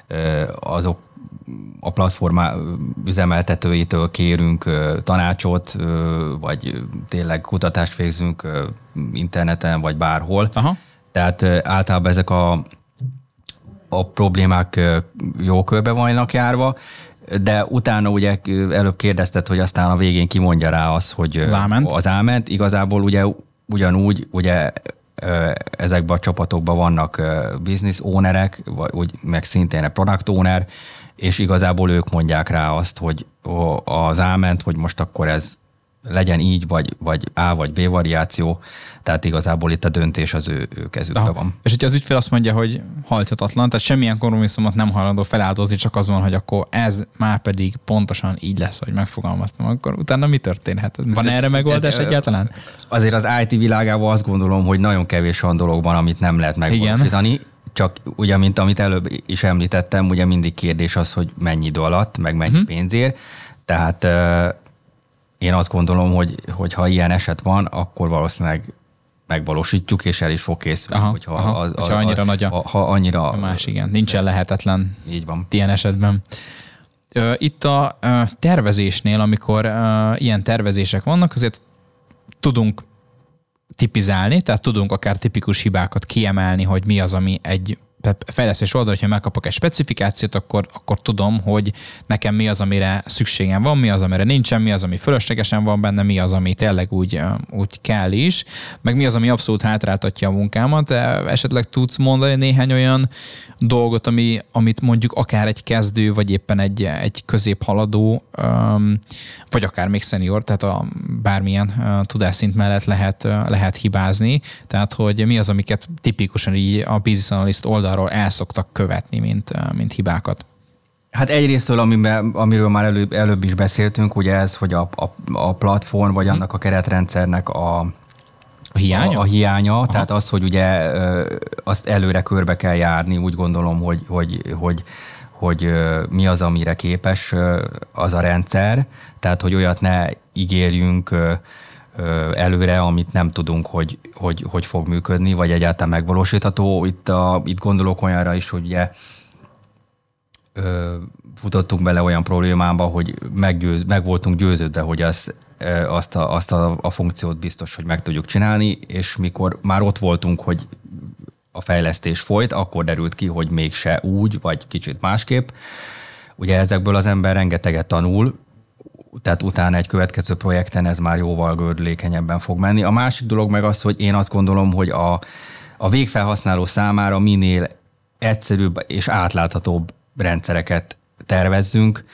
Speaker 2: azok a platform üzemeltetőitől kérünk tanácsot, vagy tényleg kutatást végzünk interneten, vagy bárhol. Aha. Tehát általában ezek a, a problémák jó körbe vannak járva. De utána ugye előbb kérdezted, hogy aztán a végén kimondja rá az, hogy
Speaker 1: az áment.
Speaker 2: Az áment. Igazából ugye ugyanúgy, ugye ezekben a csapatokban vannak business ownerek, vagy meg szintén a product owner, és igazából ők mondják rá azt, hogy az áment, hogy most akkor ez legyen így, vagy, vagy A vagy B variáció, tehát igazából itt a döntés az ő, ő kezükben van.
Speaker 1: És hogyha az ügyfél azt mondja, hogy hajthatatlan, tehát semmilyen kompromisszumot nem hajlandó feláldozni, csak az van, hogy akkor ez már pedig pontosan így lesz, hogy megfogalmaztam, akkor utána mi történhet? Van erre megoldás egyáltalán?
Speaker 2: Azért az i té világában azt gondolom, hogy nagyon kevés olyan dolog van, amit nem lehet megvalósítani. Igen. Csak ugye, mint amit előbb is említettem, ugye mindig kérdés az, hogy mennyi idő alatt, meg mennyi uh-huh. pénzért. Tehát én azt gondolom, hogy, hogy ha ilyen eset van, akkor valószínűleg megvalósítjuk, és el is fog készülni.
Speaker 1: Aha,
Speaker 2: hogyha,
Speaker 1: aha,
Speaker 2: a, a,
Speaker 1: hogyha annyira
Speaker 2: a,
Speaker 1: nagy a,
Speaker 2: a, ha annyira
Speaker 1: a más, igen. Nincsen lehetetlen.
Speaker 2: Így van.
Speaker 1: Ilyen esetben. Itt a tervezésnél, amikor ilyen tervezések vannak, azért tudunk tipizálni, tehát tudunk akár tipikus hibákat kiemelni, hogy mi az, ami egy fejlesztés oldal, hogyha megkapok egy specifikációt, akkor, akkor tudom, hogy nekem mi az, amire szükségem van, mi az, amire nincsen, mi az, ami fölöslegesen van benne, mi az, ami tényleg úgy, úgy kell is, meg mi az, ami abszolút hátráltatja a munkámat. Esetleg tudsz mondani néhány olyan dolgot, ami, amit mondjuk akár egy kezdő, vagy éppen egy, egy középhaladó, vagy akár még szenior, tehát a bármilyen tudásszint mellett lehet, lehet hibázni. Tehát, hogy mi az, amiket tipikusan így a business analyst oldal el szoktak követni, mint, mint hibákat.
Speaker 2: Hát egyrésztől, amiben, amiről már előbb, előbb is beszéltünk, ugye ez, hogy a, a, a platform, vagy annak a keretrendszernek a,
Speaker 1: a hiánya,
Speaker 2: a, a hiánya tehát az, hogy ugye azt előre körbe kell járni, úgy gondolom, hogy, hogy, hogy, hogy mi az, amire képes az a rendszer, tehát hogy olyat ne ígérjünk előre, amit nem tudunk, hogy, hogy, hogy fog működni, vagy egyáltalán megvalósítható. Itt, a, itt gondolok olyanra is, hogy ugye ö, futottunk bele olyan problémába, hogy meggyőz, meg voltunk győződve, hogy az, azt, a, azt a, a funkciót biztos, hogy meg tudjuk csinálni, és mikor már ott voltunk, hogy a fejlesztés folyt, akkor derült ki, hogy mégse úgy, vagy kicsit másképp. Ugye ezekből az ember rengeteget tanul, tehát utána egy következő projekten ez már jóval gördülékenyebben fog menni. A másik dolog meg az, hogy én azt gondolom, hogy a, a végfelhasználó számára minél egyszerűbb és átláthatóbb rendszereket tervezzünk,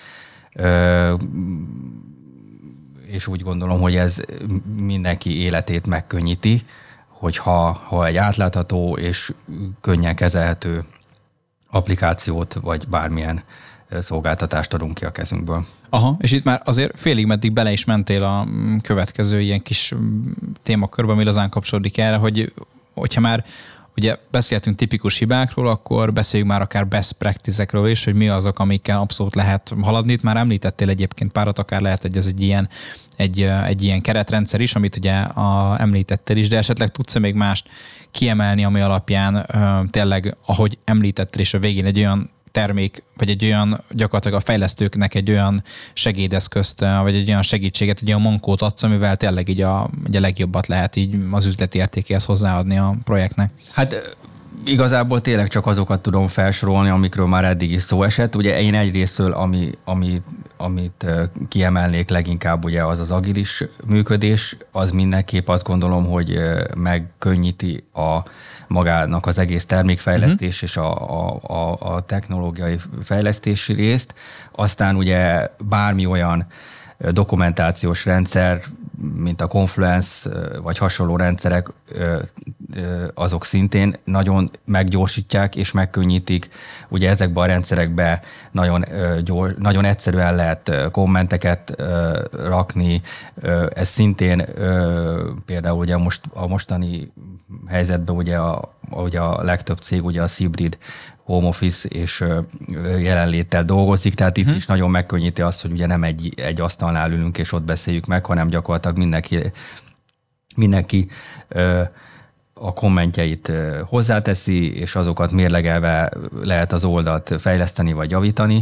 Speaker 2: és úgy gondolom, hogy ez mindenki életét megkönnyíti, hogyha ha egy átlátható és könnyen kezelhető applikációt, vagy bármilyen szolgáltatást adunk ki a kezünkből.
Speaker 1: Aha, és itt már azért félig meddig bele is mentél a következő ilyen kis témakörbe, ami lazán kapcsolódik erre, hogy hogyha már ugye beszéltünk tipikus hibákról, akkor beszéljünk már akár best practice-ekről is, hogy mi azok, amikkel abszolút lehet haladni. Itt már említettél egyébként párat, akár lehet, hogy ez egy ilyen, egy, egy ilyen keretrendszer is, amit ugye a, említettél is, de esetleg tudsz-e még mást kiemelni, ami alapján ö, tényleg, ahogy említettél is a végén egy olyan termék, vagy egy olyan gyakorlatilag a fejlesztőknek egy olyan segédeszközt, vagy egy olyan segítséget, egy olyan mankót adsz, amivel tényleg így a, így a legjobbat lehet így az üzleti értékéhez hozzáadni a projektnek.
Speaker 2: Hát igazából tényleg csak azokat tudom felsorolni, amikről már eddig is szó esett. Ugye én egyrésztől, ami, ami, amit kiemelnék leginkább, ugye az az agilis működés, az mindenképp azt gondolom, hogy megkönnyíti a magának az egész termékfejlesztés uh-huh. és a, a, a, a technológiai fejlesztési részt. Aztán ugye bármi olyan dokumentációs rendszer, mint a Confluence vagy hasonló rendszerek, azok szintén nagyon meggyorsítják és megkönnyítik. Ugye ezekben a rendszerekben nagyon, gyors, nagyon egyszerűen lehet kommenteket rakni. Ez szintén például ugye most, a mostani helyzetben ugye a, ugye a legtöbb cég ugye a hibrid home office és jelenléttel dolgozik, tehát itt hmm. is nagyon megkönnyíti azt, hogy ugye nem egy, egy asztalnál ülünk és ott beszéljük meg, hanem gyakorlatilag mindenki, mindenki a kommentjeit hozzáteszi, és azokat mérlegelve lehet az oldalt fejleszteni vagy javítani.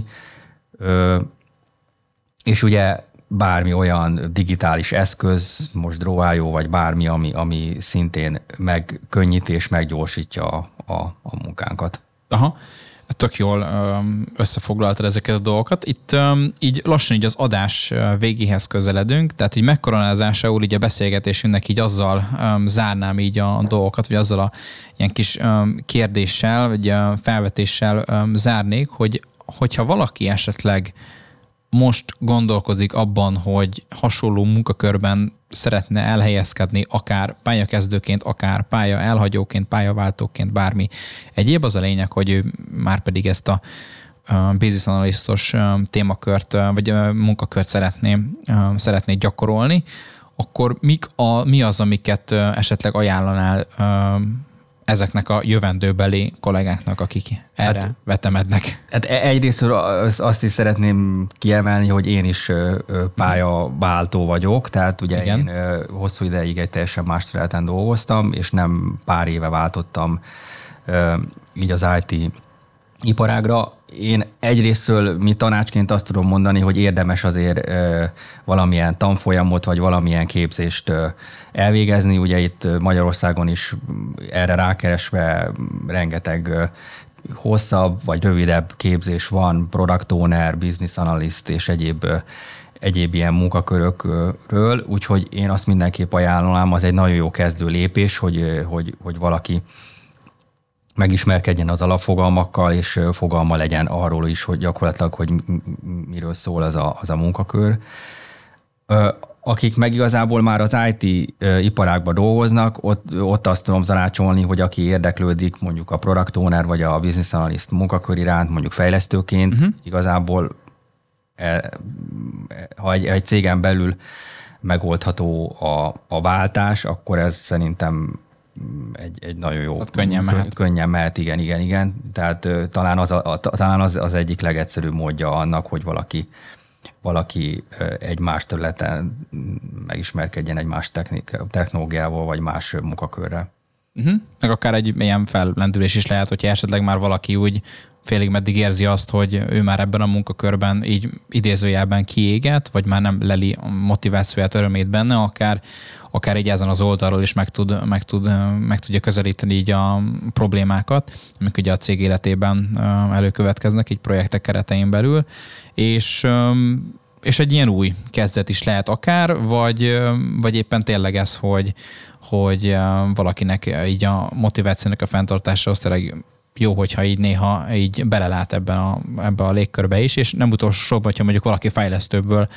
Speaker 2: És ugye bármi olyan digitális eszköz, most Draw pont i o vagy bármi, ami, ami szintén megkönnyíti és meggyorsítja a, a, a munkánkat.
Speaker 1: Aha. Tök jól összefoglaltad ezeket a dolgokat. Itt így lassan így az adás végéhez közeledünk, tehát így megkoronázásául így a beszélgetésünknek így azzal zárnám így a dolgokat, vagy azzal a ilyen kis kérdéssel, vagy felvetéssel zárnék, hogy hogyha valaki esetleg most gondolkozik abban, hogy hasonló munkakörben szeretne elhelyezkedni, akár pályakezdőként, akár pálya elhagyóként, pályaváltóként, bármi egyéb, az a lényeg, hogy ő már pedig ezt a business analysztos témakört, vagy munkakört szeretné, szeretné gyakorolni, akkor mik a, mi az, amiket esetleg ajánlanál ezeknek a jövendőbeli kollégáknak, akik erre hát, vetemednek?
Speaker 2: Hát egyrésztről azt is szeretném kiemelni, hogy én is pályaváltó vagyok, tehát ugye Igen. én hosszú ideig egy teljesen más területen dolgoztam, és nem pár éve váltottam így az i té iparágra. Én egyrésztről mi tanácsként azt tudom mondani, hogy érdemes azért valamilyen tanfolyamot, vagy valamilyen képzést elvégezni. Ugye itt Magyarországon is erre rákeresve rengeteg hosszabb vagy rövidebb képzés van, product owner, business analyst és egyéb, egyéb ilyen munkakörökről, úgyhogy én azt mindenképp ajánlom, az egy nagyon jó kezdő lépés, hogy, hogy, hogy valaki megismerkedjen az alapfogalmakkal, és fogalma legyen arról is, hogy gyakorlatilag, hogy miről szól az a, az a munkakör. Akik meg igazából már az i té iparágban dolgoznak, ott, ott azt tudom tanácsolni, hogy aki érdeklődik mondjuk a product owner vagy a business analyst munkakör iránt, mondjuk fejlesztőként, uh-huh. igazából ha egy, egy cégen belül megoldható a, a váltás, akkor ez szerintem Egy, egy nagyon jó...
Speaker 1: Hát könnyen mehet.
Speaker 2: Könnyen mehet, igen, igen, igen. Tehát uh, talán, az, a, a, talán az, az egyik legegyszerűbb módja annak, hogy valaki, valaki uh, egy más területen megismerkedjen egy más technik, technológiával, vagy más munkakörrel.
Speaker 1: Uh-huh. Meg akár egy ilyen fellendülés is lehet, hogyha esetleg már valaki úgy félig meddig érzi azt, hogy ő már ebben a munkakörben így idézőjelben kiéget, vagy már nem leli a motivációját, örömét benne, akár, akár így ezen az oldalról is meg, tud, meg, tud, meg tudja közelíteni így a problémákat, amik ugye a cég életében előkövetkeznek, így projektek keretein belül, és, és egy ilyen új kezdet is lehet akár, vagy, vagy éppen tényleg ez, hogy, hogy valakinek így a motivációnak a fenntartása az tényleg jó, hogyha így néha így belelát ebben a, ebbe a légkörbe is, és nem utolsó sorban, hogyha mondjuk valaki fejlesztőbből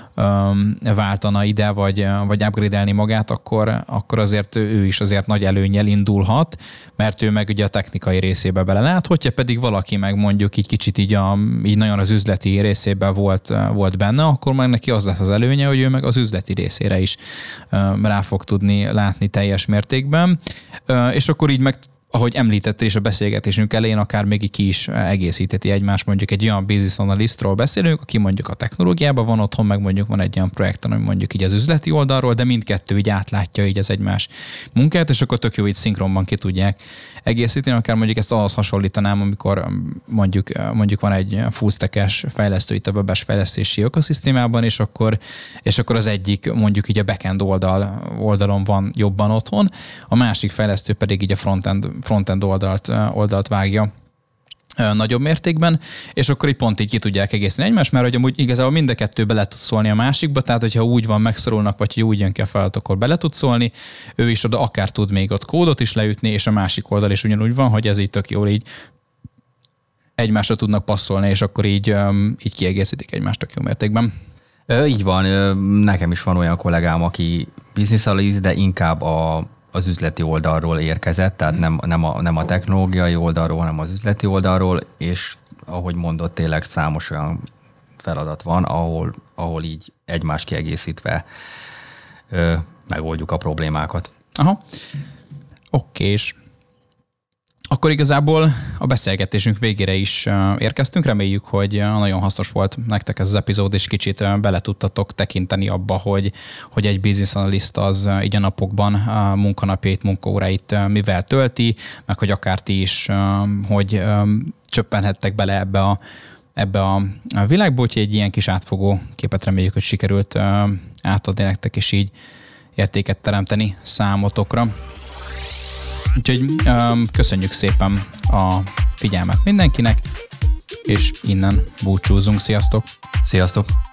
Speaker 1: um, váltana ide, vagy, vagy upgrade-elni magát, akkor, akkor azért ő is azért nagy előnnyel indulhat, mert ő meg ugye a technikai részébe belelát, hogyha pedig valaki meg mondjuk így kicsit így, a, így nagyon az üzleti részében volt, volt benne, akkor meg neki az lesz az előnye, hogy ő meg az üzleti részére is um, rá fog tudni látni teljes mértékben, uh, és akkor így meg ahogy említettél is a beszélgetésünk elején, akár még ki is egészítheti egymást, mondjuk egy olyan business analystról beszélünk, aki mondjuk a technológiában van otthon, meg mondjuk van egy olyan projekt, ami mondjuk így az üzleti oldalról, de mindkettő így átlátja így az egymás munkát, és akkor tök jó, így szinkronban ki tudják egészíteni, akár mondjuk ezt ahhoz hasonlítanám, amikor mondjuk, mondjuk van egy full stack-es fejlesztő itt a webes fejlesztési ökoszisztémában, és akkor, és akkor az egyik mondjuk így a backend oldal, oldalon van jobban otthon, a másik fejlesztő pedig így a frontend frontend oldalt, oldalt vágja nagyobb mértékben, és akkor így pont így ki tudják egészen egymást, mert hogy amúgy igazából mind a kettő bele tud szólni a másikba, tehát hogyha úgy van, megszorulnak, vagy hogy úgy jön ki a feladat, akkor bele tud szólni, ő is oda akár tud még ott kódot is leütni, és a másik oldal is ugyanúgy van, hogy ez így tök jól így egymásra tudnak passzolni, és akkor így, így kiegészítik egymást tök jó mértékben.
Speaker 2: Így van, nekem is van olyan kollégám, aki business analyst, de inkább a az üzleti oldalról érkezett, tehát nem, nem, a, nem a technológiai oldalról, hanem az üzleti oldalról, és ahogy mondott, tényleg számos olyan feladat van, ahol, ahol így egymás kiegészítve ö, megoldjuk a problémákat.
Speaker 1: Aha. Oké, és akkor igazából a beszélgetésünk végére is érkeztünk. Reméljük, hogy nagyon hasznos volt nektek ez az epizód, és kicsit bele tudtatok tekinteni abba, hogy, hogy egy business analyst az így a napokban a munkanapjait, munkaóráit mivel tölti, meg hogy akár ti is, hogy csöppenhettek bele ebbe a, ebbe a világba, úgyhogy egy ilyen kis átfogó képet reméljük, hogy sikerült átadni nektek, és így értéket teremteni számotokra. Úgyhogy um, köszönjük szépen a figyelmet mindenkinek, és innen búcsúzunk. Sziasztok!
Speaker 2: Sziasztok!